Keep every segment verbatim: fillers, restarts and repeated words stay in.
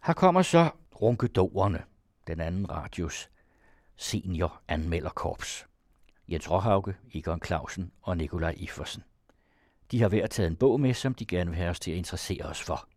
Her kommer så Ronkedorerne, den anden radios senior anmelderkorps. Jens Råhauke, Egon Clausen og Nikolaj Iversen. De har hver taget en bog med, som de gerne vil have os til at interessere os for.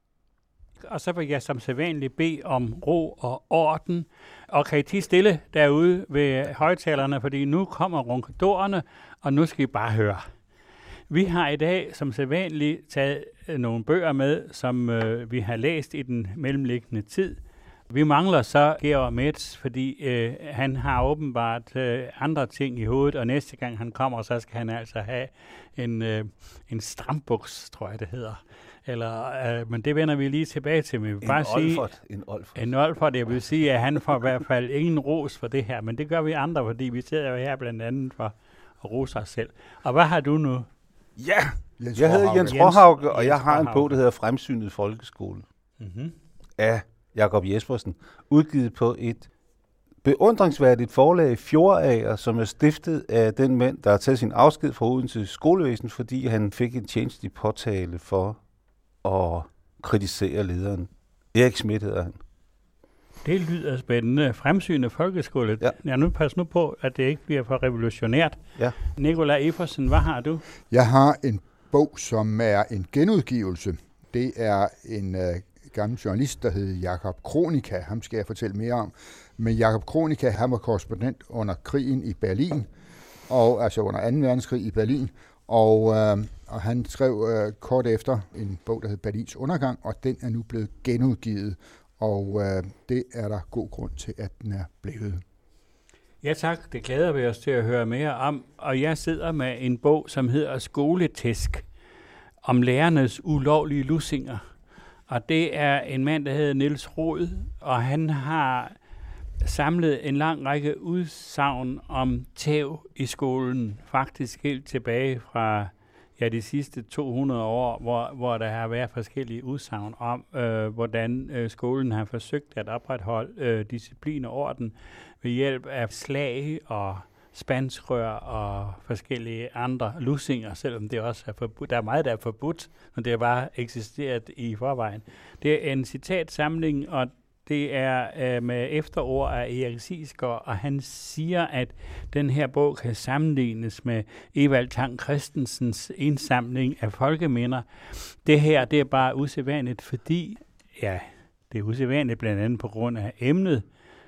Og så vil jeg som sædvanligt bede om ro og orden. Og kan I tige stille derude ved højtalerne, fordi nu kommer Ronkedorerne, og nu skal I bare høre. Vi har i dag som sædvanligt taget nogle bøger med, som øh, vi har læst i den mellemliggende tid. Vi mangler så Georg Metz, fordi øh, han har åbenbart øh, andre ting i hovedet, og næste gang han kommer, så skal han altså have en, øh, en strambuks, tror jeg det hedder. Eller, øh, men det vender vi lige tilbage til. Men en bare olfert. Sige, en olfert. En olfert, jeg vil sige, at han får i hvert fald ingen ros for det her, men det gør vi andre, fordi vi sidder jo her blandt andet for at rose os selv. Og hvad har du nu? Ja, Jens jeg hedder Jens Råhauke, og jeg har en bog, der hedder Fremsynet Folkeskole mm-hmm. af Jakob Jespersen, udgivet på et beundringsværdigt forlag, Fjordager, som er stiftet af den mand, der har taget sin afsked fra Odense skolevæsen, fordi han fik en tjenestelig påtale for at kritisere lederen. Erik Schmidt hedder han. Det lyder spændende. Fremsynet Folkeskole. Ja. Ja, nu pas nu på, at det ikke bliver for revolutionært. Ja. Nikolaj Iversen, hvad har du? Jeg har en bog, som er en genudgivelse. Det er en øh, gammel journalist, der hed Jakob Kronika. Ham skal jeg fortælle mere om. Men Jakob Kronika, han var korrespondent under krigen i Berlin, og altså under anden verdenskrig i Berlin. Og, øh, og han skrev øh, kort efter en bog, der hed Berlins Undergang, og den er nu blevet genudgivet. Og øh, det er der god grund til, at den er blevet. Ja tak, det glæder vi os til at høre mere om. Og jeg sidder med en bog, som hedder Skoletæsk, om lærernes ulovlige lussinger. Og det er en mand, der hedder Niels Roed, og han har samlet en lang række udsagn om tæv i skolen, faktisk helt tilbage fra ja, de sidste to hundrede år, hvor, hvor der har været forskellige udsagn om, øh, hvordan øh, skolen har forsøgt at opretholde øh, disciplin og orden ved hjælp af slag og spanskrør og forskellige andre lussinger, selvom det også er forbudt. Der er meget, der er forbudt, men det har bare eksisteret i forvejen. Det er en citatsamling, og det er øh, med efterord af Erik Sigsgaard, og han siger, at den her bog kan sammenlignes med Evald Tang Christensens indsamling af folkeminder. Det her, det er bare usædvanligt, fordi, ja, det er usædvanligt blandt andet på grund af emnet,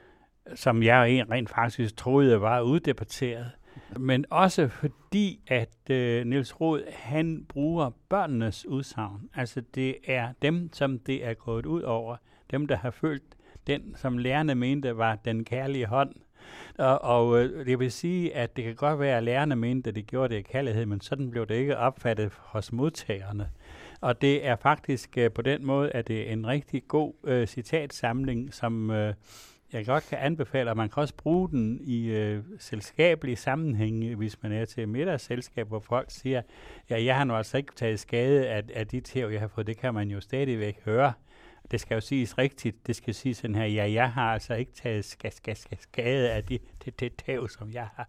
som jeg rent faktisk troede var uddebatteret, men også fordi, at øh, Niels Roed, han bruger børnenes udsagn. Altså det er dem, som det er gået ud over, dem, der har følt den, som lærerne mente var den kærlige hånd. Og, og øh, det vil sige, at det kan godt være, at lærerne mente, at det gjorde det i kærlighed, men sådan blev det ikke opfattet hos modtagerne. Og det er faktisk øh, på den måde, at det er en rigtig god øh, citatsamling, som øh, jeg godt kan anbefale, og man kan også bruge den i øh, selskabelige sammenhænge, hvis man er til middagsselskab, hvor folk siger, ja, jeg har nu altså ikke taget skade af, af de tæv, jeg har fået. Det kan man jo stadigvæk høre. Det skal jo siges rigtigt. Det skal siges sådan her, ja, jeg har altså ikke taget skade, skade, skade af de, det, det tæv, som jeg har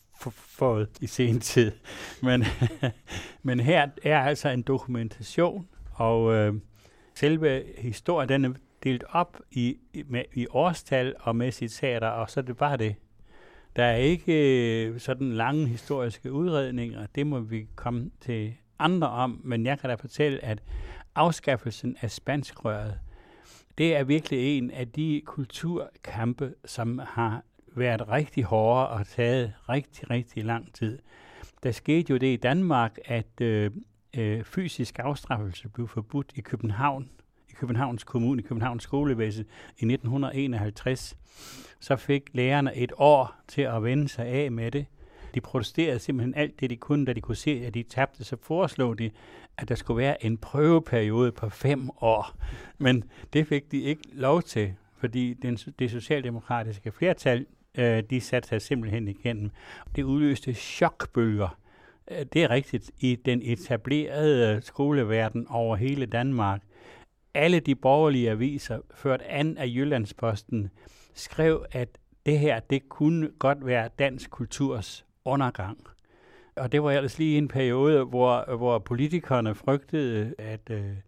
fået i sen tid. Men, men her er altså en dokumentation, og øh, selve historien, den er delt op i, i, med, i årstal og med citater, og så er det bare det. Der er ikke øh, sådan lange historiske udredninger, det må vi komme til andre om, men jeg kan da fortælle, at afskaffelsen af spanskrøret, det er virkelig en af de kulturkampe, som har været rigtig hårde og taget rigtig, rigtig lang tid. Der skete jo det i Danmark, at øh, øh, fysisk afstraffelse blev forbudt i København, i Københavns Kommune, i Københavns Skolevæsen i nitten enoghalvtreds. Så fik lærerne et år til at vende sig af med det. De protesterede simpelthen alt det, de kunne, da de kunne se, at de tabte. Så foreslog de, at der skulle være en prøveperiode på fem år. Men det fik de ikke lov til, fordi den, det socialdemokratiske flertal, øh, de satte sig simpelthen igennem. Det udløste chokbølger. Det er rigtigt, i den etablerede skoleverden over hele Danmark. Alle de borgerlige aviser, ført an af Jyllandsposten, skrev, at det her, det kunne godt være dansk kulturs undergang. Og det var ellers lige en periode, hvor, hvor politikerne frygtede, at øh,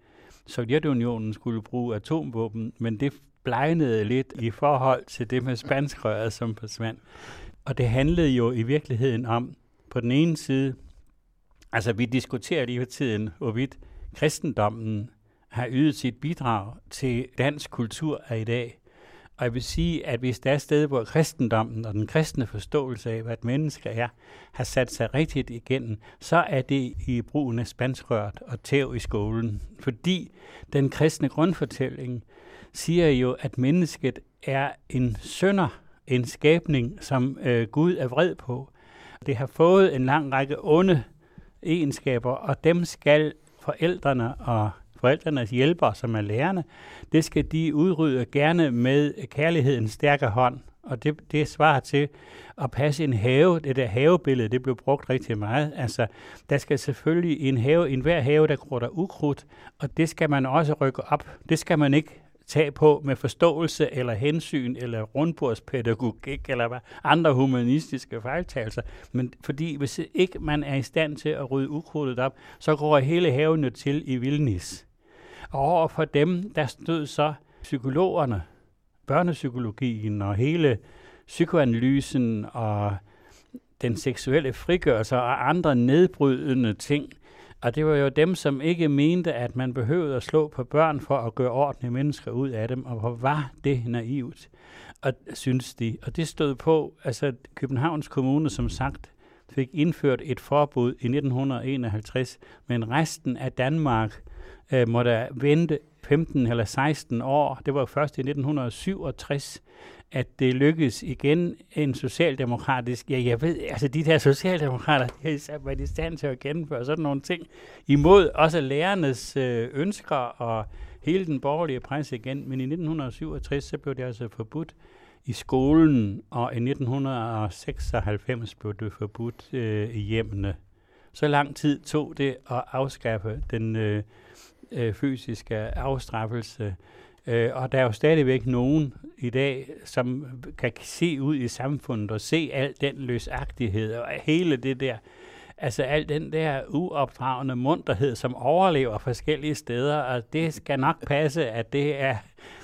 Sovjetunionen skulle bruge atomvåben, men det blegnede lidt i forhold til det med spanskrøret, som forsvandt. Og det handlede jo i virkeligheden om, på den ene side, altså vi diskuterer lige for tiden, hvorvidt kristendommen har ydet sit bidrag til dansk kultur af i dag. Og jeg vil sige, at hvis der er et sted, hvor kristendommen og den kristne forståelse af, hvad et menneske er, har sat sig rigtigt igennem, så er det i brugen af spanskrøret og tæv i skolen. Fordi den kristne grundfortælling siger jo, at mennesket er en synder, en skabning, som øh, Gud er vred på. Det har fået en lang række onde egenskaber, og dem skal forældrene og forældrenes hjælpere, som er lærerne, det skal de udrydde gerne med kærlighedens stærke hånd. Og det, det svarer til at passe en have. Det der havebillede, det blev brugt rigtig meget. Altså, der skal selvfølgelig i en have, i enhver have, der gror der ukrudt, og det skal man også rykke op. Det skal man ikke tage på med forståelse eller hensyn eller rundbordspædagogik eller hvad, andre humanistiske fejltagelser. Men fordi hvis ikke man er i stand til at rydde ukrudtet op, så går hele haven jo til i vildnis. Og over for dem, der stod så psykologerne, børnepsykologien og hele psykoanalysen og den seksuelle frigørelse og andre nedbrydende ting. Og det var jo dem, som ikke mente, at man behøvede at slå på børn for at gøre ordentlige mennesker ud af dem. Og hvor var det naivt, og synes de. Og det stod på, altså Københavns Kommune, som sagt, fik indført et forbud i nitten enoghalvtreds, men resten af Danmark øh, måtte vente femten eller seksten år. Det var først i nitten syvogtres, at det lykkedes igen en socialdemokratisk, ja jeg ved, altså de der socialdemokrater, de har været i stand til at gennemføre sådan nogle ting, imod også lærernes øh, ønsker og hele den borgerlige presse igen. Men i nitten syvogtres, så blev det altså forbudt i skolen, og i nitten seksoghalvfems blev det forbudt øh, i hjemmene. Så lang tid tog det at afskaffe den øh, øh, fysiske afstraffelse. Øh, og der er jo stadigvæk nogen i dag, som kan se ud i samfundet og se al den løsagtighed og hele det der, altså al den der uopdragende munterhed, som overlever forskellige steder, og det skal nok passe, at det er,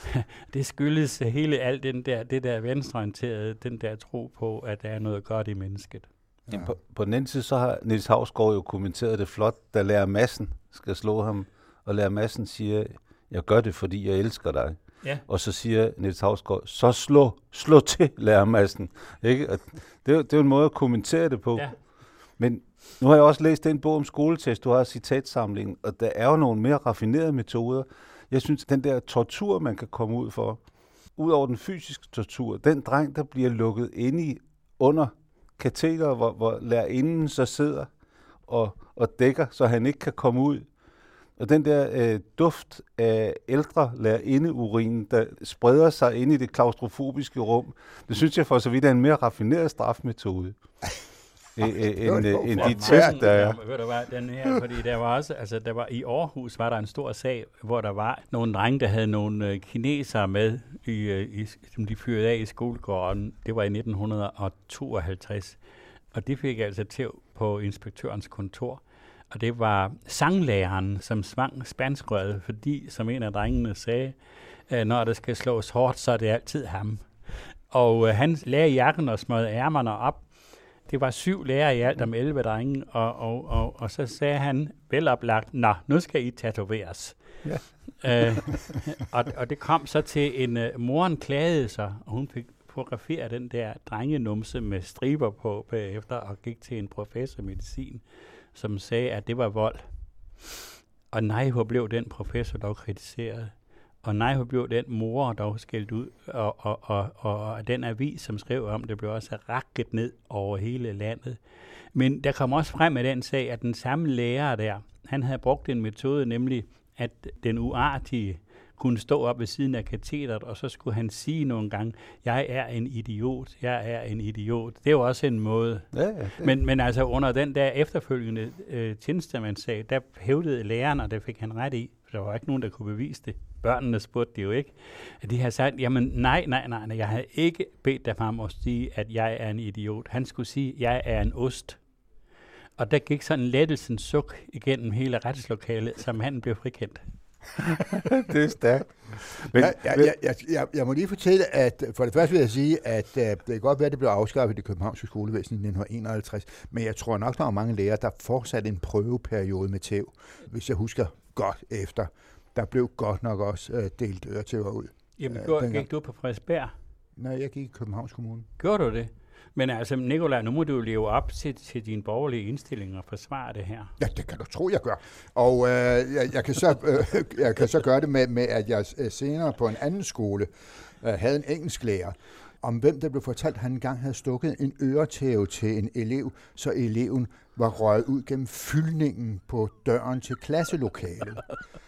det skyldes hele alt den der, det der venstreorienterede, den der tro på, at der er noget godt i mennesket. Ja. På, på den anden side, så har Niels Hausgaard jo kommenteret det flot, da Lærer Madsen skal slå ham, og Lærer Madsen siger, jeg gør det, fordi jeg elsker dig. Ja. Og så siger Niels Hausgaard, så slå, slå til, Lærer Madsen. Ikke? Og det, er, det er jo en måde at kommentere det på. Ja. Men nu har jeg også læst den bog om skoletest, du har citatsamlingen, og der er jo nogle mere raffinerede metoder. Jeg synes, den der tortur, man kan komme ud for, ud over den fysiske tortur, den dreng, der bliver lukket inde i under kateter, hvor, hvor lærerinden så sidder og, og dækker, så han ikke kan komme ud. Og den der øh, duft af ældre lærerindeurin, der spreder sig ind i det klaustrofobiske rum, det synes jeg for så vidt er en mere raffineret strafmetode. end end de test, der er. Ved du hvad, den her, fordi der var også, altså der var i Aarhus var der en stor sag, hvor der var nogle drenge, der havde nogle øh, kinesere med, i, i, som de fyrede af i skolegården. Det var i nitten tooghalvtreds. Og det fik altså til på inspektørens kontor. Og det var sanglæreren, som svang spanskrøret, fordi, som en af drengene sagde, øh, når det skal slås hårdt, så er det altid ham. Og øh, han lagde jakken og smøgte ærmerne op. Det var syv lærere i alt om elleve drenge, og, og, og, og så sagde han veloplagt, nå, nu skal I tatoveres. Ja. øh, og, og det kom så til en, uh, moren klagede sig, og hun fik fotograferet den der drengenumse med striber på bagefter, og gik til en professor i medicin, som sagde, at det var vold. Og nej, hvor blev den professor dog kritiseret. Og nej, hvor blev den mor dog skældt ud. Og, og, og, og, og den avis, som skrev om det, blev også rakket ned over hele landet. Men der kom også frem med den sag, at den samme lærer der, han havde brugt en metode, nemlig at den uartige kunne stå op ved siden af katedret, og så skulle han sige nogle gange, jeg er en idiot, jeg er en idiot. Det er jo også en måde. Ja, ja, men, men altså under den der efterfølgende øh, tjenestemandssag, der hævdede læreren, og det fik han ret i, for der var ikke nogen, der kunne bevise det. Børnene spurgte det jo ikke. De har sagt, jamen nej, nej, nej, nej, jeg havde ikke bedt dem om at sige, at jeg er en idiot. Han skulle sige, jeg er en ost. Og der gik sådan en lettelsens suk igennem hele retslokalet, så manden blev frikendt. Det er stærkt. Men, jeg, jeg, jeg, jeg, jeg, jeg må lige fortælle, at for det første vil jeg sige, at uh, det kan godt være, at det blev afskaffet i det københavnske skolevæsen i nitten enoghalvtreds, men jeg tror nok, der var mange lærere, der fortsatte en prøveperiode med tæv, hvis jeg husker godt efter. Der blev godt nok også uh, delt øretæver ud. Jamen, uh, gik gang. du på Frederiksberg? Nej, jeg gik i Københavns Kommune. Gjorde du det? Men altså, Nikolaj, nu må du leve op til, til dine borgerlige indstillinger og forsvare det her. Ja, det kan du tro, jeg gør. Og øh, jeg, jeg, kan så, øh, jeg kan så gøre det med, med, at jeg senere på en anden skole øh, havde en engelsklærer, om hvem der blev fortalt, at han engang havde stukket en øretæve til en elev, så eleven var røget ud gennem fyldningen på døren til klasselokalet.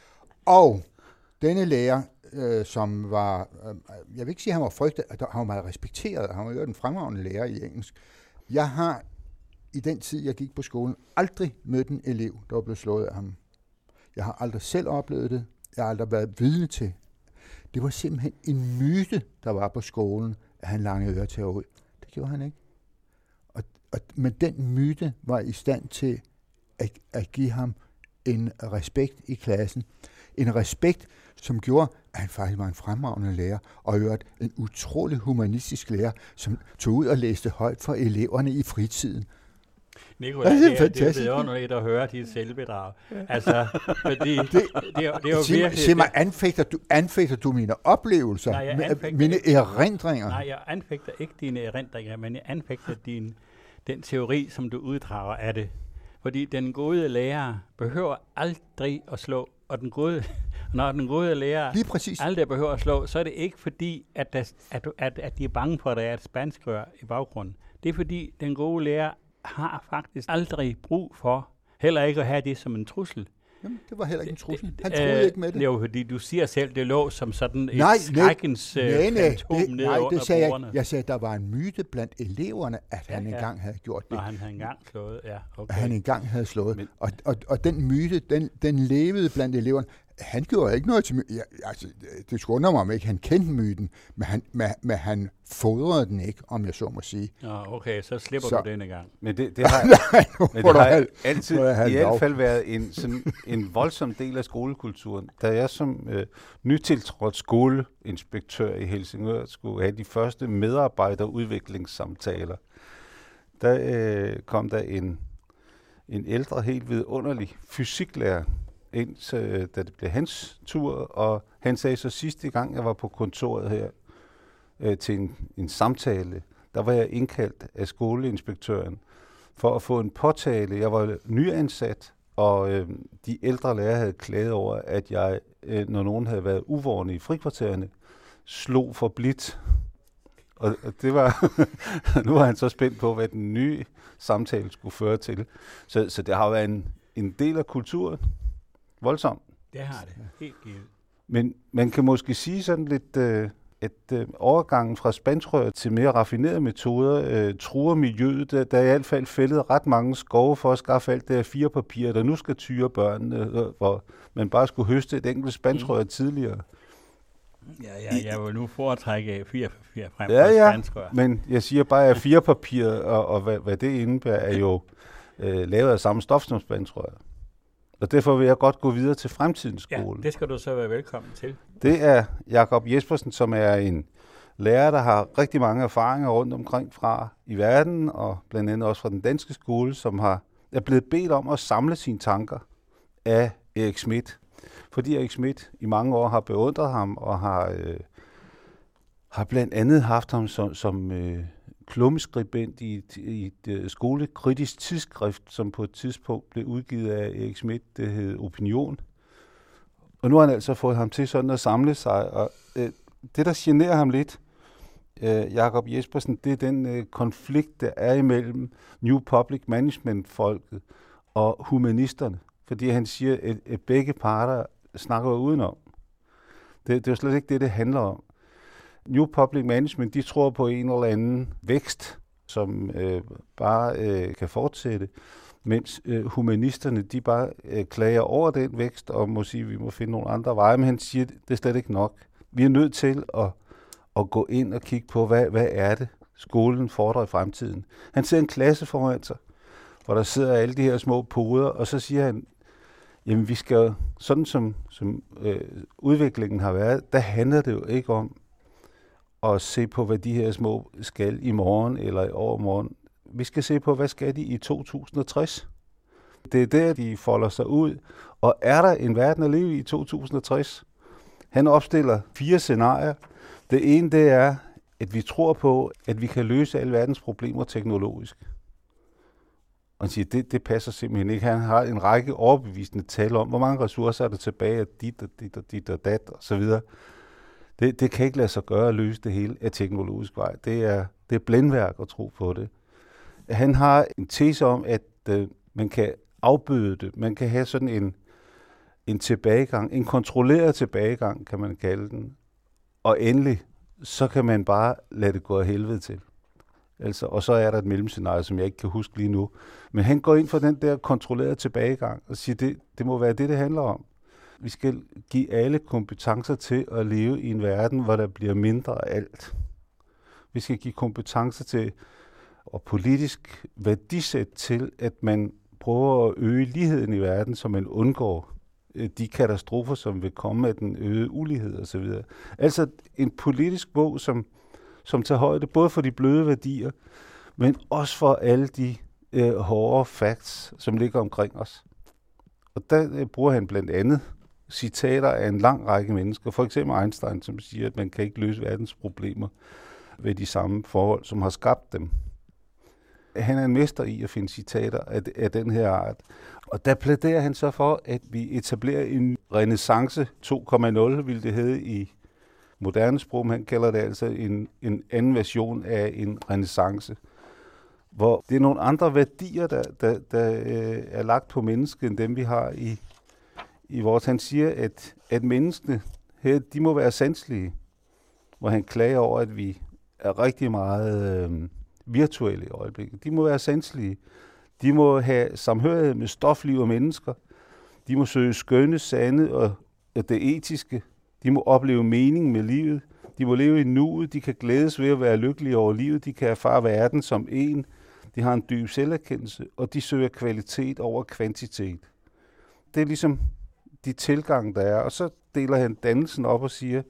Og denne lærer, øh, som var, øh, jeg vil ikke sige, at han var frygtet, at han var meget respekteret, han var jo en fremragende lærer i engelsk. Jeg har i den tid, jeg gik på skolen, aldrig mødt en elev, der var blevet slået af ham. Jeg har aldrig selv oplevet det, jeg har aldrig været vidne til. Det var simpelthen en myte, der var på skolen, at han langede øretæver ud. Det gjorde han ikke. Og, og, men den myte var i stand til at, at give ham en respekt i klassen. En respekt, som gjorde, at han faktisk var en fremragende lærer, og i øvrigt en utrolig humanistisk lærer, som tog ud og læste højt for eleverne i fritiden. Nikolaj, det er, det er vidunderligt at høre dit selvbedrag. Altså, fordi det, det, det, er, det er jo sig, virkelig... Sig mig, anfægter du, anfægter du mine oplevelser, nej, anfægter, mine erindringer? Nej, jeg anfægter ikke dine erindringer, men jeg anfægter din, den teori, som du uddrager af det. Fordi den gode lærer behøver aldrig at slå, og den gode, når den gode lærer lige præcis aldrig behøver at slå, så er det ikke fordi, at, der, at, at, at de er bange for, at der er et spanskrør i baggrunden. Det er fordi, den gode lærer har faktisk aldrig brug for, heller ikke at have det som en trussel. Jamen, det var heller ikke en trussel. Han troede øh, ikke med det. Jo, fordi du siger selv, det lå som sådan et nej, skrækkens nej, nej, fantom det, nede nej, under det sagde bordene. Jeg, jeg sagde, at der var en myte blandt eleverne, at ja, han ja. engang havde gjort det. Når han havde engang slået, ja. Okay. At han engang havde slået. Men, og, og, og den myte, den, den levede blandt eleverne. Han gjorde ikke noget til myten. Ja, altså, det skulle undre mig, om ikke han kendte myten, men han, men, men han fodrede den ikke, om jeg så må sige. Nå, okay, så slipper så. du denne gang. Men det, det har, nej, men det har altid i hvert fald været en, sådan, en voldsom del af skolekulturen. Da jeg som øh, nytiltrådt skoleinspektør i Helsingør skulle have de første medarbejderudviklingssamtaler, der øh, kom der en, en ældre, helt vidunderlig fysiklærer, indtil, da det blev hans tur, og han sagde så sidste gang, jeg var på kontoret her øh, til en, en samtale, der var jeg indkaldt af skoleinspektøren for at få en påtale. Jeg var nyansat, og øh, de ældre lærere havde klaget over, at jeg, øh, når nogen havde været uvorne i frikvartererne, slog for blidt. Og, og det var, nu var han så spændt på, hvad den nye samtale skulle føre til. Så, så det har været en, en del af kulturen. Voldsomt. Det har det, helt givet. Men man kan måske sige sådan lidt, øh, at øh, overgangen fra spanskrør til mere raffinerede metoder øh, truer miljøet. Der, der er i hvert fald fældet ret mange skove for at skaffe alt det her fire papir, der nu skal tyre børnene, øh, hvor man bare skulle høste et enkelt spanskrør mm. tidligere. Ja, ja, jeg vil nu foretrække fire papir frem ja, for ja, spanskrør. Men jeg siger bare, at fire papir og, og hvad, hvad det indebærer, er jo øh, lavet af samme stof som spanskrør. Og derfor vil jeg godt gå videre til fremtidens skole. Ja, det skal du så være velkommen til. Det er Jakob Jespersen, som er en lærer, der har rigtig mange erfaringer rundt omkring fra i verden, og blandt andet også fra den danske skole, som har, er blevet bedt om at samle sine tanker af Erik Schmidt. Fordi Erik Schmidt i mange år har beundret ham, og har, øh, har blandt andet haft ham som, som øh, klummeskribent i et, i et uh, skolekritisk tidsskrift, som på et tidspunkt blev udgivet af Erik Schmidt, det hed Opinion. Og nu har han altså fået ham til sådan at samle sig, og øh, det, der generer ham lidt, øh, Jakob Jespersen, det er den øh, konflikt, der er imellem New Public Management-folket og humanisterne. Fordi han siger, at, at begge parter snakker udenom. Det, det er jo slet ikke det, det handler om. New Public Management, de tror på en eller anden vækst, som øh, bare øh, kan fortsætte, mens øh, humanisterne, de bare øh, klager over den vækst, og må sige, at vi må finde nogle andre veje, men han siger, at det er slet ikke nok. Vi er nødt til at, at gå ind og kigge på, hvad, hvad er det, skolen fordrer i fremtiden. Han ser en klasse foran sig, hvor der sidder alle de her små poder, og så siger han, Jamen vi skal, sådan som, som øh, udviklingen har været, der handler det jo ikke om at se på, hvad de her små skal i morgen eller i overmorgen. Vi skal se på, hvad skal de i to tusind og tres. Det er der, de folder sig ud. Og er der en verden at leve i i to tusind og tres? Han opstiller fire scenarier. Det ene, det er, at vi tror på, at vi kan løse alle verdens problemer teknologisk. Og han siger, det, det passer simpelthen ikke. Han har en række overbevisende tal om, hvor mange ressourcer er der tilbage af dit og dit og dit og dat og så videre. Det, det kan ikke lade sig gøre at løse det hele af teknologisk vej. Det er, det er blændværk at tro på det. Han har en tese om, at øh, man kan afbøde det. Man kan have sådan en, en tilbagegang, en kontrolleret tilbagegang, kan man kalde den. Og endelig, så kan man bare lade det gå af helvede til. Altså, og så er der et mellemscenarie, som jeg ikke kan huske lige nu. Men han går ind for den der kontrollerede tilbagegang og siger, det, det må være det, det handler om. Vi skal give alle kompetencer til at leve i en verden, hvor der bliver mindre af alt. Vi skal give kompetencer til og politisk værdisæt til, at man prøver at øge ligheden i verden, så man undgår de katastrofer, som vil komme af den øgede ulighed osv. Altså en politisk bog, som, som tager højde både for de bløde værdier, men også for alle de øh, hårde facts, som ligger omkring os. Og der øh, bruger han blandt andet citater af en lang række mennesker, for eksempel Einstein, som siger, at man kan ikke løse verdens problemer ved de samme forhold, som har skabt dem. Han er en mester i at finde citater af, af den her art. Og der plæderer han så for, at vi etablerer en renaissance to komma nul, vil det hedde i moderne sprog. Han kalder det altså en, en anden version af en renaissance, hvor det er nogle andre værdier, der, der, der øh, er lagt på mennesket, end dem vi har i, i vores. Han siger, at, at menneskene her, de må være sanselige, hvor han klager over, at vi er rigtig meget øh, virtuelle i øjeblikket. De må være sanselige. De må have samhørighed med stofliv og mennesker. De må søge skønne, sande og det etiske. De må opleve mening med livet. De må leve i nuet. De kan glædes ved at være lykkelige over livet. De kan erfare verden som en. De har en dyb selverkendelse, og de søger kvalitet over kvantitet. Det er ligesom de tilgang, der er. Og så deler han dannelsen op og siger,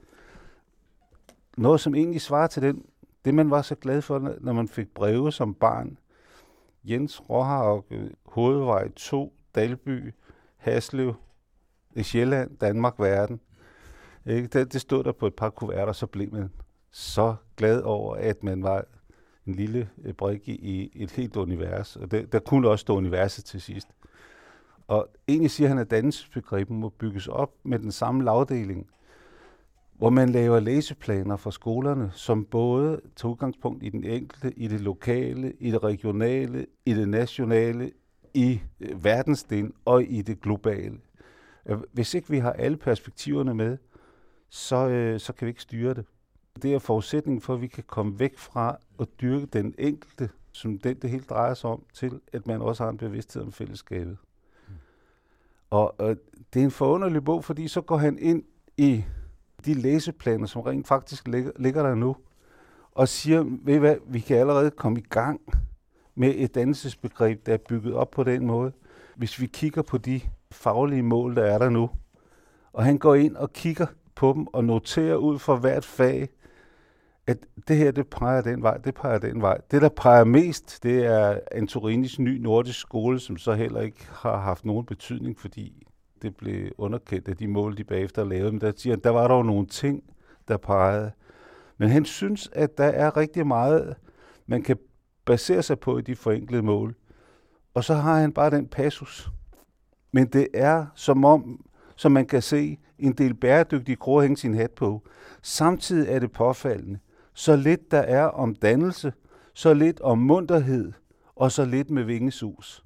noget som egentlig svarer til den, det man var så glad for, når man fik breve som barn. Jens Råhauke, Hovedvej to, Dalby, Haslev, Sjælland, Danmark, verden. Ikke? Det, det stod der på et par kuverter, så blev man så glad over, at man var en lille brik i et helt univers. Og det, der kunne også stå universet til sidst. Og egentlig siger han, at dannelsesbegrebet må bygges op med den samme lavdeling, hvor man laver læseplaner for skolerne, som både tager udgangspunkt i den enkelte, i det lokale, i det regionale, i det nationale, i verdensdelen og i det globale. Hvis ikke vi har alle perspektiverne med, så, øh, så kan vi ikke styre det. Det er forudsætningen for, at vi kan komme væk fra at dyrke den enkelte, som den det hele drejer sig om, til at man også har en bevidsthed om fællesskabet. Mm. Og øh, det er en forunderlig bog, fordi så går han ind i de læseplaner, som rent faktisk ligger, ligger der nu, og siger, ved I hvad, vi kan allerede komme i gang med et dannelsesbegreb, der er bygget op på den måde, hvis vi kigger på de faglige mål, der er der nu. Og han går ind og kigger på dem og noterer ud for hvert fag, at det her, det peger den vej, det peger den vej. Det, der peger mest, det er Antorinis ny nordisk skole, som så heller ikke har haft nogen betydning, fordi det blev underkendt af de mål, de bagefter lavede. Men der siger han, der var dog nogle ting, der pegede. Men han synes, at der er rigtig meget, man kan basere sig på i de forenklede mål. Og så har han bare den passus. Men det er som om, som man kan se, en del bæredygtige kroer hænge sin hat på. Samtidig er det påfaldende. Så lidt der er om dannelse, så lidt om munterhed, og så lidt med vingesus.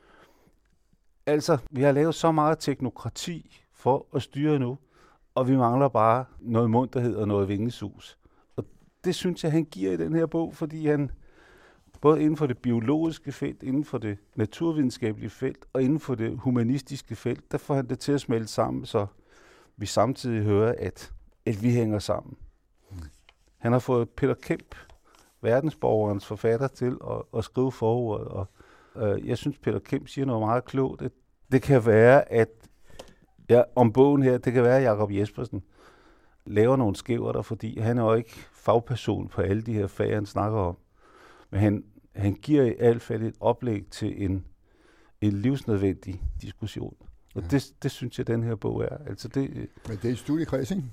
Altså, vi har lavet så meget teknokrati for at styre nu, og vi mangler bare noget munterhed og noget vingesus. Og det synes jeg, han giver i den her bog, fordi han både inden for det biologiske felt, inden for det naturvidenskabelige felt og inden for det humanistiske felt, der får han det til at smelte sammen, så vi samtidig hører, at, at vi hænger sammen. Mm. Han har fået Peter Kemp, verdensborgerens forfatter, til at, at skrive forordet, og øh, jeg synes, Peter Kemp siger noget meget klogt, at det kan være, at Ja, om bogen her, det kan være, at Jakob Jespersen laver nogle skæver der, fordi han er jo ikke fagperson på alle de her fag, han snakker om. Men han, han giver i hvert fald et oplæg til en, en livsnødvendig diskussion. Og ja. det, det synes jeg, den her bog er. Altså det, Men det er et studiekreds, ikke?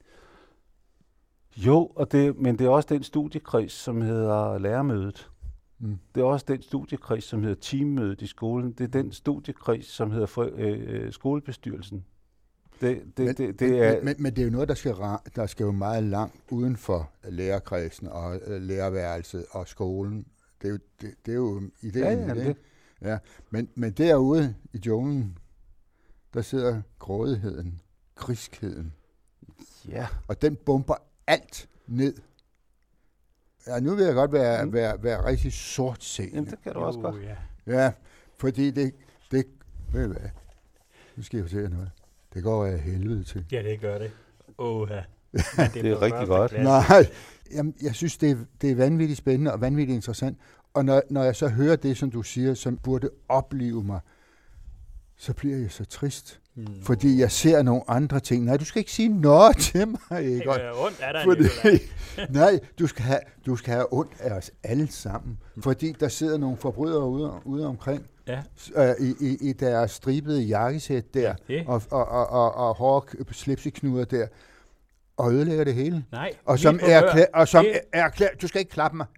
Jo, og det, men det er også den studiekreds, som hedder lærermødet. Mm. Det er også den studiekreds, som hedder teammødet i skolen. Det er den studiekreds, som hedder for, øh, skolebestyrelsen. Det, det, men, det, det men, er, men, men, men det er jo noget, der skal, der skal jo meget langt uden for lærerkredsen og uh, lærerværelset og skolen. Det er jo, det, det er jo ideen ja, med ja, det. det. Ja, men, men derude i junglen, der sidder grådigheden, griskheden. Ja. Og den bomber alt ned. Ja, nu vil jeg godt være, mm. være, være rigtig sortseende. Jamen, det kan du jo, også godt. Ja. Ja, fordi det, det, ved du hvad, nu skal jeg fortælle noget. Det går af helvede til. Ja, det gør det. Åh, ja. Det, det er rigtig godt. Klasse. Nej, jamen, jeg synes, det er, det er vanvittigt spændende og vanvittigt interessant. Og når, når jeg så hører det, som du siger, som burde opleve mig, så bliver jeg så trist. Mm. Fordi jeg ser nogle andre ting. Nej, du skal ikke sige noget til mig. Ikke? Det gør ondt af dig, fordi, nej, du skal, have, du skal have ondt af os alle sammen. Mm. Fordi der sidder nogle forbrydere ude, ude omkring. Ja. Øh, i, i, I deres stribede jakkesæt der. Ja, og, og, og, og, og hårde slipseknuder der. Og ødelægger det hele. Nej. Og som er klar, og som det... er klar, du skal ikke klappe mig.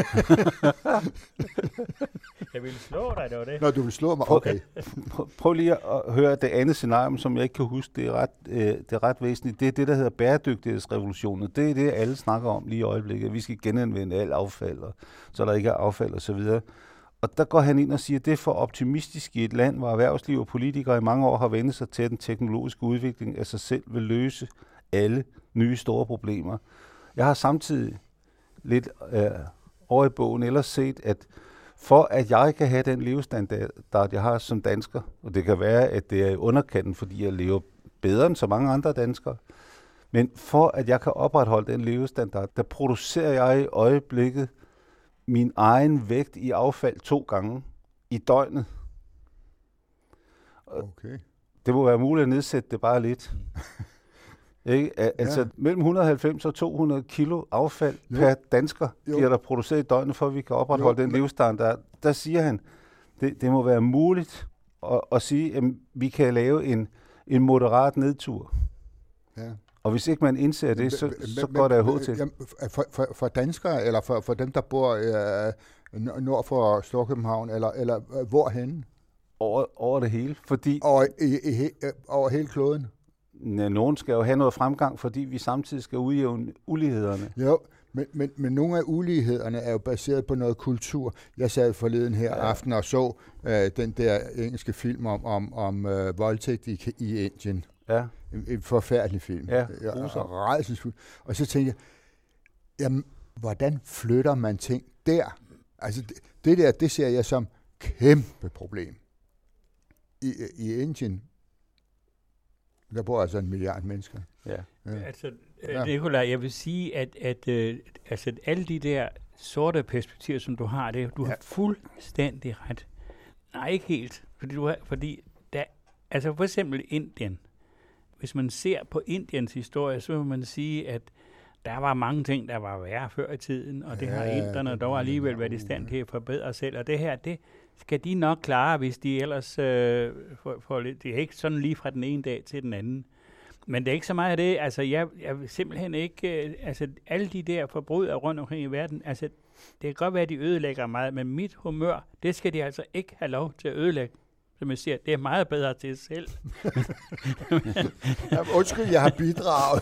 Jeg ville slå dig, det var det. Nå, du vil slå mig, okay. Prøv, prøv lige at høre det andet scenarie, som jeg ikke kan huske, det er ret, øh, det er ret væsentligt. Det er det, der hedder bæredygtighedsrevolutionen. Det er det, alle snakker om lige i øjeblikket. Vi skal genanvende alt affald, og, så der ikke er affald og så videre. Og der går han ind og siger, at det er for optimistisk i et land, hvor erhvervsliv og politikere i mange år har vendt sig til, at den teknologiske udvikling af sig selv vil løse alle nye store problemer. Jeg har samtidig lidt øh, over i bogen ellers set, at for at jeg kan have den levestandard, jeg har som dansker, og det kan være, at det er i underkanten, fordi jeg lever bedre end så mange andre danskere, men for at jeg kan opretholde den levestandard, der producerer jeg i øjeblikket min egen vægt i affald to gange i døgnet. Okay. Det må være muligt at nedsætte det bare lidt. Ikke? Altså ja. Mellem et hundrede og halvfems og to hundrede kilo affald jo. Per dansker jo. Bliver der produceret i døgnet, for at vi kan opretholde jo, den men... levestandard. Der siger han, det, det må være muligt at, at sige, at vi kan lave en, en moderat nedtur. Ja. Og hvis ikke man indser det, så, men, så går der H til. For, for, for danskere, eller for, for dem, der bor øh, nord for Storkøbenhavn, eller, eller hvorhenne? Over, over det hele, fordi... Over, i, i, over hele kloden? Ja, nogen skal jo have noget fremgang, fordi vi samtidig skal udjævne ulighederne. Jo, men, men, men nogle af ulighederne er jo baseret på noget kultur. Jeg sad forleden her ja. aften og så øh, den der engelske film om, om, om øh, voldtægt i, i Indien. Ja. En, en forfærdelig film. Ja, og rædselsfuld. Og så tænkte jeg, jamen, hvordan flytter man ting der? Altså, det, det der, det ser jeg som kæmpe problem. I, i Indien, der bor altså en milliard mennesker. Ja. Ja. Altså, Nikolaj, jeg vil sige, at, at øh, altså, alle de der sorte perspektiver, som du har, det, du ja. har fuldstændig ret. Nej, ikke helt. Fordi, du har, fordi der, altså for eksempel Indien. Hvis man ser på Indiens historie, så vil man sige, at der var mange ting, der var værre før i tiden, og det ja, har inderne dog alligevel været i stand til at forbedre selv. Og det her, det skal de nok klare, hvis de ellers øh, får, får lidt. Det er ikke sådan lige fra den ene dag til den anden. Men det er ikke så meget af det. Altså, jeg, jeg vil simpelthen ikke... Øh, altså, alle de der forbrydere rundt omkring i verden, altså, det kan godt være, at de ødelægger meget, men mit humør, det skal de altså ikke have lov til at ødelægge. Som jeg siger, det er meget bedre til selv. Jamen, undskyld, jeg har bidraget.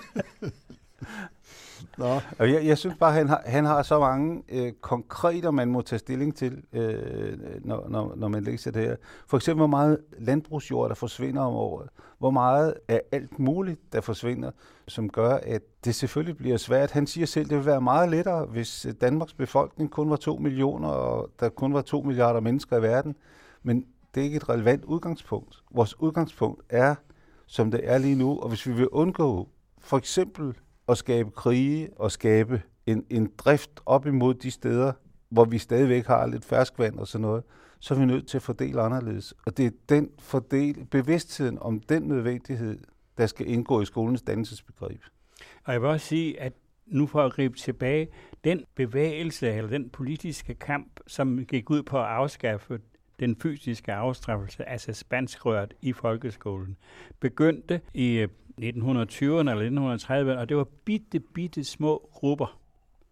Nå. Jeg, jeg synes bare, at han har, han har så mange øh, konkreter, man må tage stilling til, øh, når, når, når man læser det her. For eksempel, hvor meget landbrugsjord, der forsvinder om året. Hvor meget af alt muligt, der forsvinder, som gør, at det selvfølgelig bliver svært. Han siger selv, at det vil være meget lettere, hvis Danmarks befolkning kun var to millioner, og der kun var to milliarder mennesker i verden. Men det er ikke et relevant udgangspunkt. Vores udgangspunkt er, som det er lige nu, og hvis vi vil undgå for eksempel at skabe krige og skabe en, en drift op imod de steder, hvor vi stadigvæk har lidt ferskvand og sådan noget, så er vi nødt til at fordele anderledes. Og det er den fordel, bevidstheden om den nødvendighed, der skal indgå i skolens dannelsesbegreb. Og jeg vil også sige, at nu for at gribe tilbage, den bevægelse eller den politiske kamp, som gik ud på at afskaffe den fysiske afstraffelse, altså spanskrøret i folkeskolen, begyndte i nitten tyverne eller nitten trediverne, og det var bitte, bitte små grupper,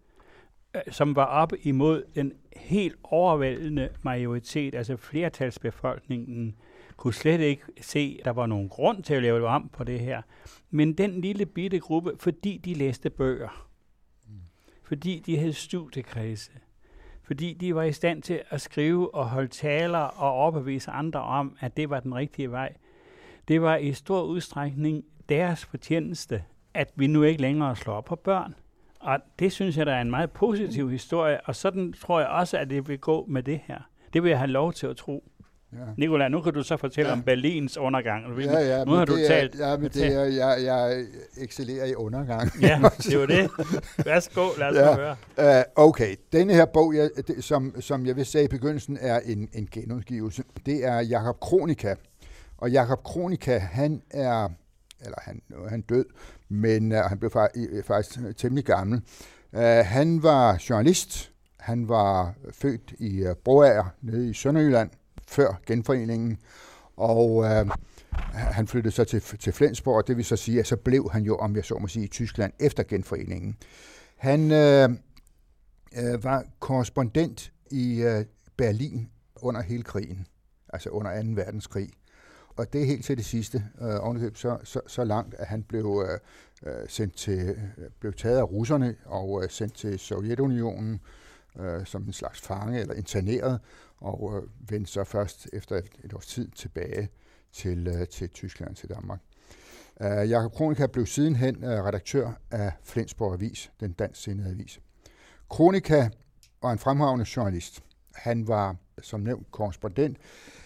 som var op imod den helt overvældende majoritet, altså flertalsbefolkningen, kunne slet ikke se, at der var nogen grund til at lave det om på det her. Men den lille bitte gruppe, fordi de læste bøger, mm. fordi de havde studiekredse, fordi de var i stand til at skrive og holde taler og overbevise andre om, at det var den rigtige vej. Det var i stor udstrækning deres fortjeneste, at vi nu ikke længere slår op på børn. Og det synes jeg, der er en meget positiv historie, og sådan tror jeg også, at det vil gå med det her. Det vil jeg have lov til at tro. Ja. Nikolaj, nu kan du så fortælle ja. om Berlins undergang. Ja, ja, nu har du det talt. Er, ja, men det er, jeg, jeg excellerer i undergang. Ja, det var det. Værsgo, lad os ja. høre. Uh, okay, denne her bog, jeg, det, som, som jeg vil sige i begyndelsen, er en, en genudgivelse. Det er Jacob Kronika. Og Jacob Kronika, han er, eller han, han død, men uh, han blev faktisk, faktisk temmelig gammel. Uh, han var journalist. Han var født i uh, Broager, nede i Sønderjylland, før genforeningen, og øh, han flyttede så til, til Flensborg, og det vil så sige, at så blev han jo, om jeg så må sige, i Tyskland efter genforeningen. Han øh, øh, var korrespondent i øh, Berlin under hele krigen, altså under anden verdenskrig. Og det er helt til det sidste, øh, ovenikøbet så, så, så langt, at han blev, øh, sendt til, blev taget af russerne og øh, sendt til Sovjetunionen øh, som en slags fange eller interneret, og øh, vendte så først efter et, et års tid tilbage til, øh, til Tyskland, til Danmark. Uh, Jacob Kronika blev sidenhen uh, redaktør af Flensborg Avis, den dansksindede avis. Kronika var en fremragende journalist. Han var, som nævnt, korrespondent.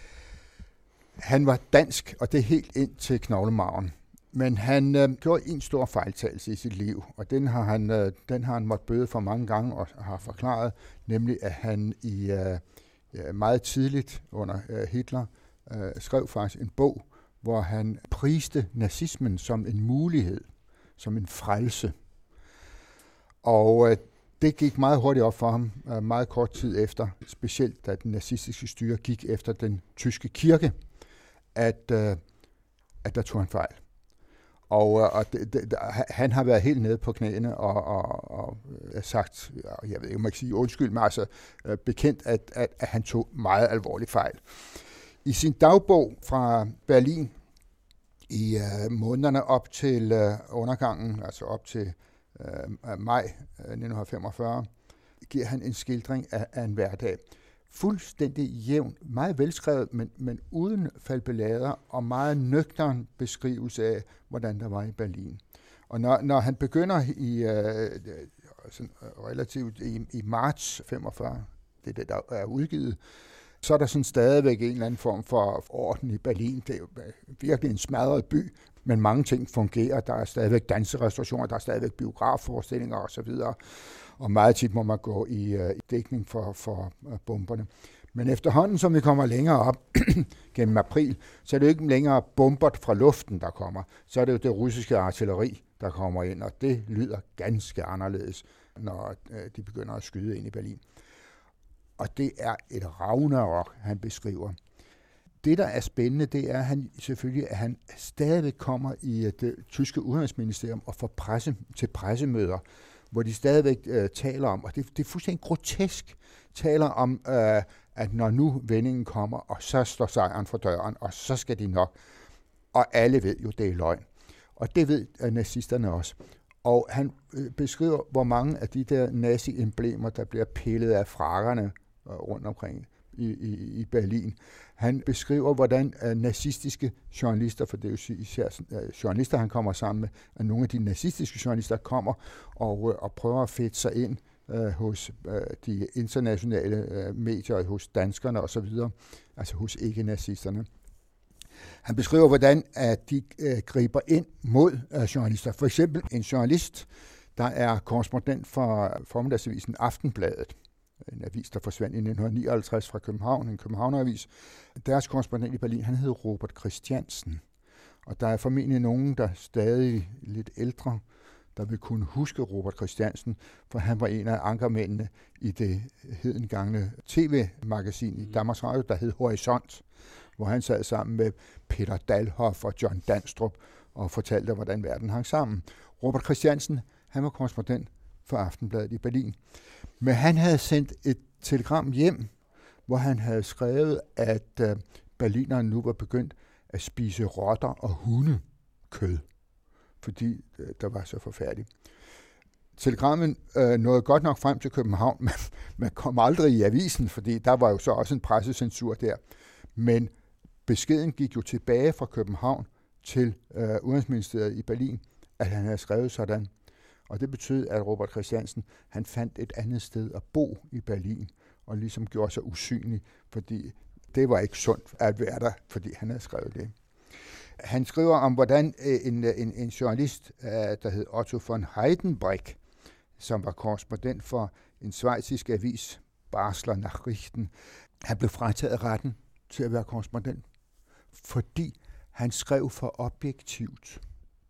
Han var dansk, og det er helt ind til knoglemagen. Men han øh, gjorde en stor fejltagelse i sit liv, og den har han, øh, den har han måttet bøde for mange gange og har forklaret, nemlig at han i øh, meget tidligt under øh, Hitler øh, skrev faktisk en bog, hvor han priste nazismen som en mulighed, som en frelse. Og øh, det gik meget hurtigt op for ham, øh, meget kort tid efter, specielt da den nazistiske styre gik efter den tyske kirke, at, øh, at der tog han fejl. Og, og det, det, han har været helt nede på knæene og, og, og sagt, jeg ved ikke, om man kan sige undskyld, men altså bekendt, at, at, at han tog meget alvorlig fejl. I sin dagbog fra Berlin i uh, månederne op til uh, undergangen, altså op til uh, maj nitten femogfyrre, giver han en skildring af, af en hverdag. Fuldstændig jævn, meget velskrevet, men, men uden falbelader og meget nøgtern beskrivelse af, hvordan der var i Berlin. Og når, når han begynder i øh, sådan relativt i, i marts femogfyrre, det er det, der er udgivet, så er der sådan stadigvæk en eller anden form for orden i Berlin. Det er jo virkelig en smadret by, men mange ting fungerer. Der er stadigvæk danserestaurationer, der er stadigvæk biografforestillinger osv., og meget tit må man gå i, uh, i dækning for, for uh, bomberne. Men efterhånden, som vi kommer længere op gennem april, så er det jo ikke længere bomber fra luften, der kommer. Så er det jo det russiske artilleri, der kommer ind, og det lyder ganske anderledes, når uh, de begynder at skyde ind i Berlin. Og det er et ragnarok, han beskriver. Det, der er spændende, det er at han selvfølgelig, at han stadig kommer i uh, det tyske udenrigsministerium og får presse til pressemøder, hvor de stadigvæk øh, taler om, og det, det er fuldstændig grotesk, taler om, øh, at når nu vendingen kommer, og så står sejren for døren, og så skal de nok, og alle ved jo, det er løgn. Og det ved øh, nazisterne også. Og han øh, beskriver, hvor mange af de der nazi-emblemer, der bliver pillet af frakkerne øh, rundt omkring i, i, i Berlin. Han beskriver, hvordan uh, nazistiske journalister, for det er jo især uh, journalister, han kommer sammen med, at nogle af de nazistiske journalister kommer og, uh, og prøver at fedte sig ind uh, hos uh, de internationale uh, medier, hos danskerne osv., altså hos ikke-nazisterne. Han beskriver, hvordan at de uh, griber ind mod uh, journalister. For eksempel en journalist, der er korrespondent for formiddagsavisen Aftenbladet en avis, der forsvandt i nitten nioghalvtreds fra København, en københavneravis. Deres korrespondent i Berlin, han hed Robert Christiansen. Og der er formentlig nogen, der stadig lidt ældre, der vil kunne huske Robert Christiansen, for han var en af ankermændene i det hedengangne tv-magasin i Danmarks Radio, der hed Horisont, hvor han sad sammen med Peter Dalhoff og John Danstrup og fortalte, hvordan verden hang sammen. Robert Christiansen, han var korrespondent for Aftenbladet i Berlin. Men han havde sendt et telegram hjem, hvor han havde skrevet, at berlinerne nu var begyndt at spise rotter og hundekød, fordi der var så forfærdeligt. Telegrammet øh, nåede godt nok frem til København, men man kom aldrig i avisen, fordi der var jo så også en pressecensur der. Men beskeden gik jo tilbage fra København til øh, Udenrigsministeriet i Berlin, at han havde skrevet sådan. Og det betød, at Robert Christiansen, han fandt et andet sted at bo i Berlin, og ligesom gjorde sig usynlig, fordi det var ikke sundt at være der, fordi han havde skrevet det. Han skriver om, hvordan en, en, en journalist, der hed Otto von Heidenbrink, som var korrespondent for en schweizisk avis, Basler Nachrichten, han blev frataget retten til at være korrespondent, fordi han skrev for objektivt.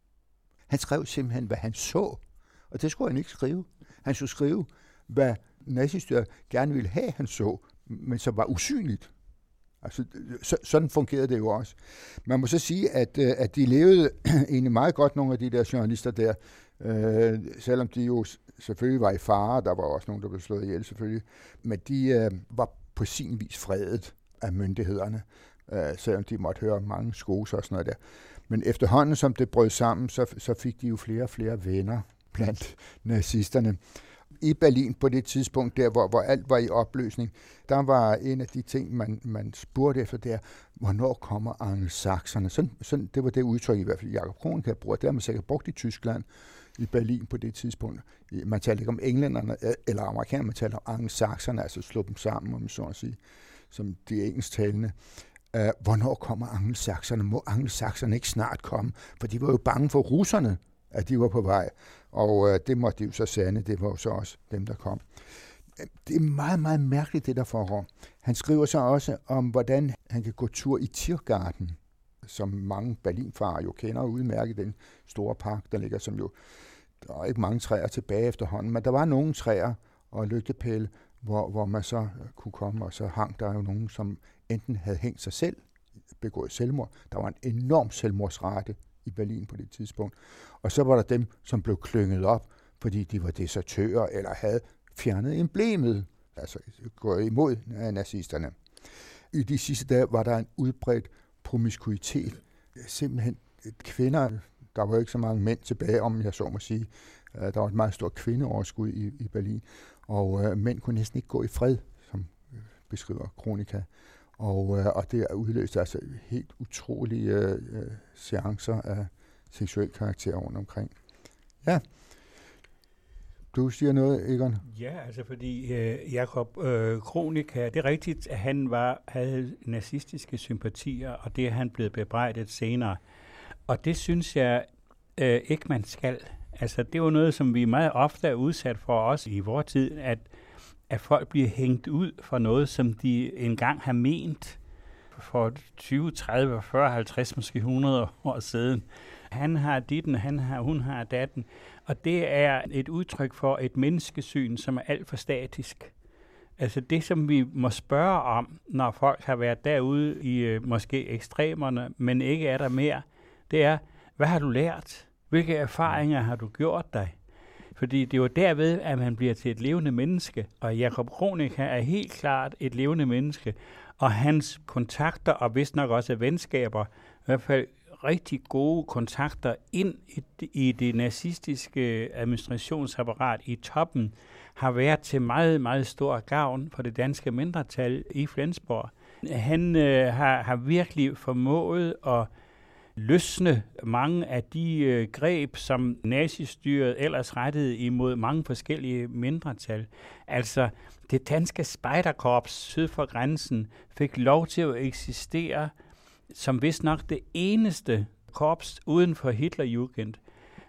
Han skrev simpelthen, hvad han så, og det skulle han ikke skrive. Han skulle skrive, hvad nazistyret gerne ville have, han så, men som var usynligt. Altså, så, sådan fungerede det jo også. Man må så sige, at, at de levede egentlig meget godt, nogle af de der journalister der, øh, selvom de jo selvfølgelig var i fare, der var også nogen, der blev slået ihjel selvfølgelig, men de øh, var på sin vis fredet af myndighederne, øh, selvom de måtte høre mange skoser og sådan noget der. Men efterhånden, som det brød sammen, så, så fik de jo flere og flere venner blandt nazisterne. I Berlin på det tidspunkt, der hvor, hvor alt var i opløsning, der var en af de ting, man, man spurgte efter der, hvornår kommer angelsakserne? Sådan, sådan, det var det udtryk, i hvert fald Jacob Kronecker bruger. Det har man sikkert brugt i Tyskland, i Berlin på det tidspunkt. Man taler ikke om englænderne eller amerikanerne, man taler om angelsakserne, altså slå dem sammen, om så at sige, som de engelsktalende. Uh, hvornår kommer angelsakserne? Må angelsakserne ikke snart komme? For de var jo bange for russerne, at de var på vej. Og øh, det måtte de jo så sande, det var jo så også dem, der kom. Det er meget, meget mærkeligt, det der foregår. Han skriver så også om, hvordan han kan gå tur i Tiergarten, som mange berlinfarer jo kender udmærket, den store park, der ligger, som jo, der er ikke mange træer tilbage efterhånden, men der var nogle træer og lygtepæle, hvor, hvor man så kunne komme, og så hang der jo nogen, som enten havde hængt sig selv, begået selvmord. Der var en enorm selvmordsrate i Berlin på det tidspunkt. Og så var der dem, som blev klynget op, fordi de var desertører eller havde fjernet emblemet, altså gået imod nazisterne. I de sidste dage var der en udbredt promiskuitet. Simpelthen kvinder, der var ikke så mange mænd tilbage, om jeg så må sige. Der var et meget stort kvindeoverskud i, i Berlin, og øh, mænd kunne næsten ikke gå i fred, som beskriver Kronika. Og, øh, og det udløste altså helt utrolige øh, seancer af seksuel karakter rundt omkring. Ja. Du siger noget, Egon? Ja, altså fordi øh, Jacob øh, Kronika, det er rigtigt, at han var, havde nazistiske sympatier, og det er han blevet bebrejdet senere. Og det synes jeg øh, ikke, man skal. Altså det var noget, som vi meget ofte er udsat for også i vores tid, at at folk bliver hængt ud for noget, som de engang har ment for tyve, tredive, fyrre, halvtreds, måske hundrede år siden. Han har ditten, han har, hun har datten. Og det er et udtryk for et menneskesyn, som er alt for statisk. Altså det, som vi må spørge om, når folk har været derude i måske ekstremerne, men ikke er der mere, det er, hvad har du lært? Hvilke erfaringer har du gjort dig? Fordi det er jo derved, at man bliver til et levende menneske, og Jacob Kronika er helt klart et levende menneske, og hans kontakter, og vist nok også venskaber, i hvert fald rigtig gode kontakter ind i, i det nazistiske administrationsapparat i toppen, har været til meget, meget stor gavn for det danske mindretal i Flensborg. Han øh, har, har virkelig formået at løsne mange af de øh, greb, som nazistyret ellers rettede imod mange forskellige mindretal. Altså, det danske spejderkorps syd for grænsen fik lov til at eksistere som vist nok det eneste korps uden for Hitlerjugend,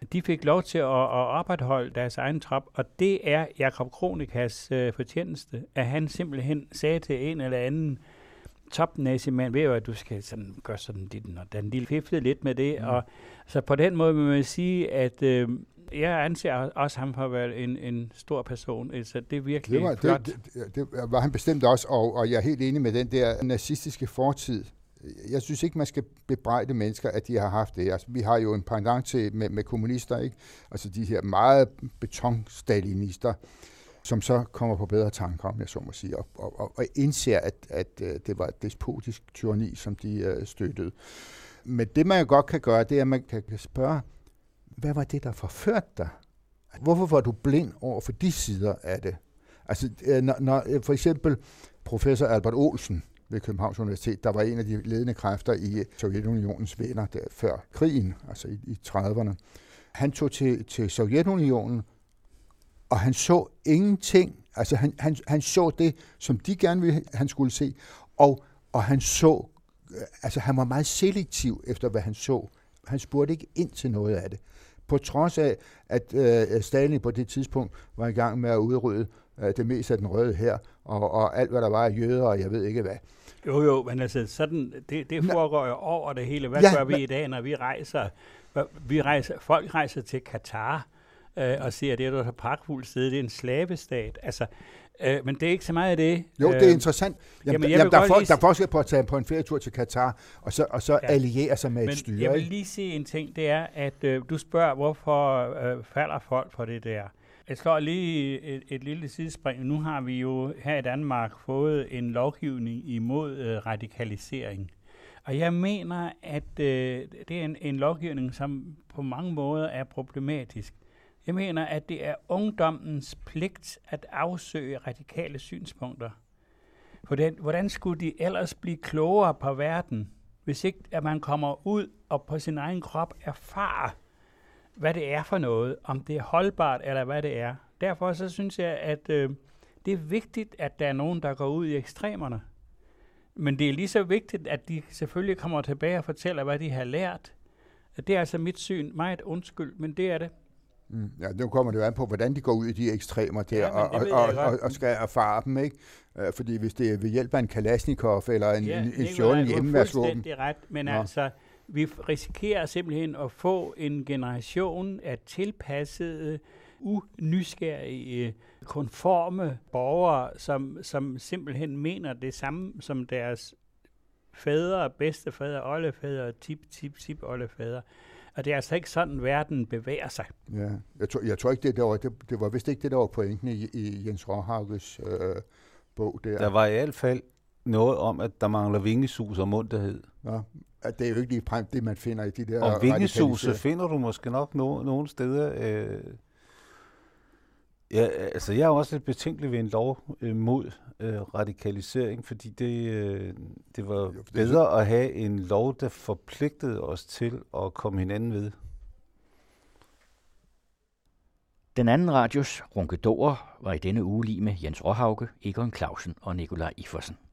De fik lov til at, at opretholde deres egen trop, og det er Jakob Kronikas øh, fortjeneste, at han simpelthen sagde til en eller anden topnazimand, ved jo, at du skal sådan, gøre sådan dit, og den lille fiflede lidt med det, mm. og så på den måde vil man sige, at øh, jeg anser også ham for at være en, en stor person, så det er virkelig det var, flot. Det, det, det var han bestemt også, og, og jeg er helt enig med den der nazistiske fortid. Jeg synes ikke, man skal bebrejde mennesker, at de har haft det. Altså, vi har jo en pendant til med, med kommunister, ikke? Altså de her meget betonstalinister, som så kommer på bedre tanker, om jeg så må sige, og, og, og indser, at, at det var et despotisk tyranni, som de uh, støttede. Men det, man jo godt kan gøre, det er, at man kan spørge, hvad var det, der forførte dig? Hvorfor var du blind over for de sider af det? Altså, når, når for eksempel professor Albert Olsen ved Københavns Universitet, der var en af de ledende kræfter i Sovjetunionens venner der, før krigen, altså i, i trediverne. Han tog til, til Sovjetunionen, og han så ingenting. Altså, han, han, han så det, som de gerne ville, han skulle se, og, og han så, altså, han var meget selektiv efter, hvad han så. Han spurgte ikke ind til noget af det. På trods af, at øh, Stalin på det tidspunkt var i gang med at udrydde øh, det meste af den røde her, og, og alt, hvad der var af jøder, og jeg ved ikke hvad. Jo, jo, men altså, sådan, det, det foregår jo over det hele. Hvad ja, gør vi men, i dag, når vi rejser? Vi rejser folk rejser til Katar øh, og siger, at det er et pragtfuldt sted, det er en slavestat. Altså, øh, men det er ikke så meget af det. Jo, det er interessant. Jamen, jamen, jamen, der, er for, lige... der er forskel på at tage på en ferietur til Katar, og så, og så ja. alliere sig med men et styre. Jeg vil lige sige en ting, det er, at øh, du spørger, hvorfor øh, falder folk for det der? Jeg slår lige et, et lille sidespring. Nu har vi jo her i Danmark fået en lovgivning imod øh, radikalisering. Og jeg mener, at øh, det er en, en lovgivning, som på mange måder er problematisk. Jeg mener, at det er ungdommens pligt at afsøge radikale synspunkter. Hvordan, hvordan skulle de ellers blive klogere på verden, hvis ikke at man kommer ud og på sin egen krop erfarer, hvad det er for noget, om det er holdbart eller hvad det er. Derfor så synes jeg, at øh, det er vigtigt, at der er nogen, der går ud i ekstremerne. Men det er lige så vigtigt, at de selvfølgelig kommer tilbage og fortæller, hvad de har lært. Det er altså mit syn. Meget undskyld, men det er det. Mm, ja, nu kommer det jo an på, hvordan de går ud i de ekstremer der, ja, og, og, og, og skal erfare dem, ikke? Uh, fordi hvis det er ved hjælp af en Kalashnikov eller en, ja, en, en stjålen hjemmeværksvåben. Det er ret, men Nå. altså, vi risikerer simpelthen at få en generation af tilpassede, unysgerrige, konforme borgere, som, som simpelthen mener det samme som deres fædre, bedstefædre, oldefædre, tip, tip, tip, oldefædre. Og det er altså ikke sådan, verden bevæger sig. Ja, jeg tror, jeg tror ikke, det, der var, det, det var vist ikke det, der var pointen i, i Jens Råhauges øh, bog der. Der var i hvert fald noget om, at der mangler vingesus og munterhed. Ja, at det er jo ikke lige det, man finder i de der... Og vingesus finder du måske nok no- nogle steder... Øh Ja, altså jeg er også lidt betænkelig ved en lov øh, mod øh, radikalisering, fordi det, øh, det var jo, det bedre så... at have en lov, der forpligtede os til at komme hinanden ved. Den anden radios Ronkedorer var i denne uge lige med Jens Råhauge, Egon Clausen og Nikolaj Iversen.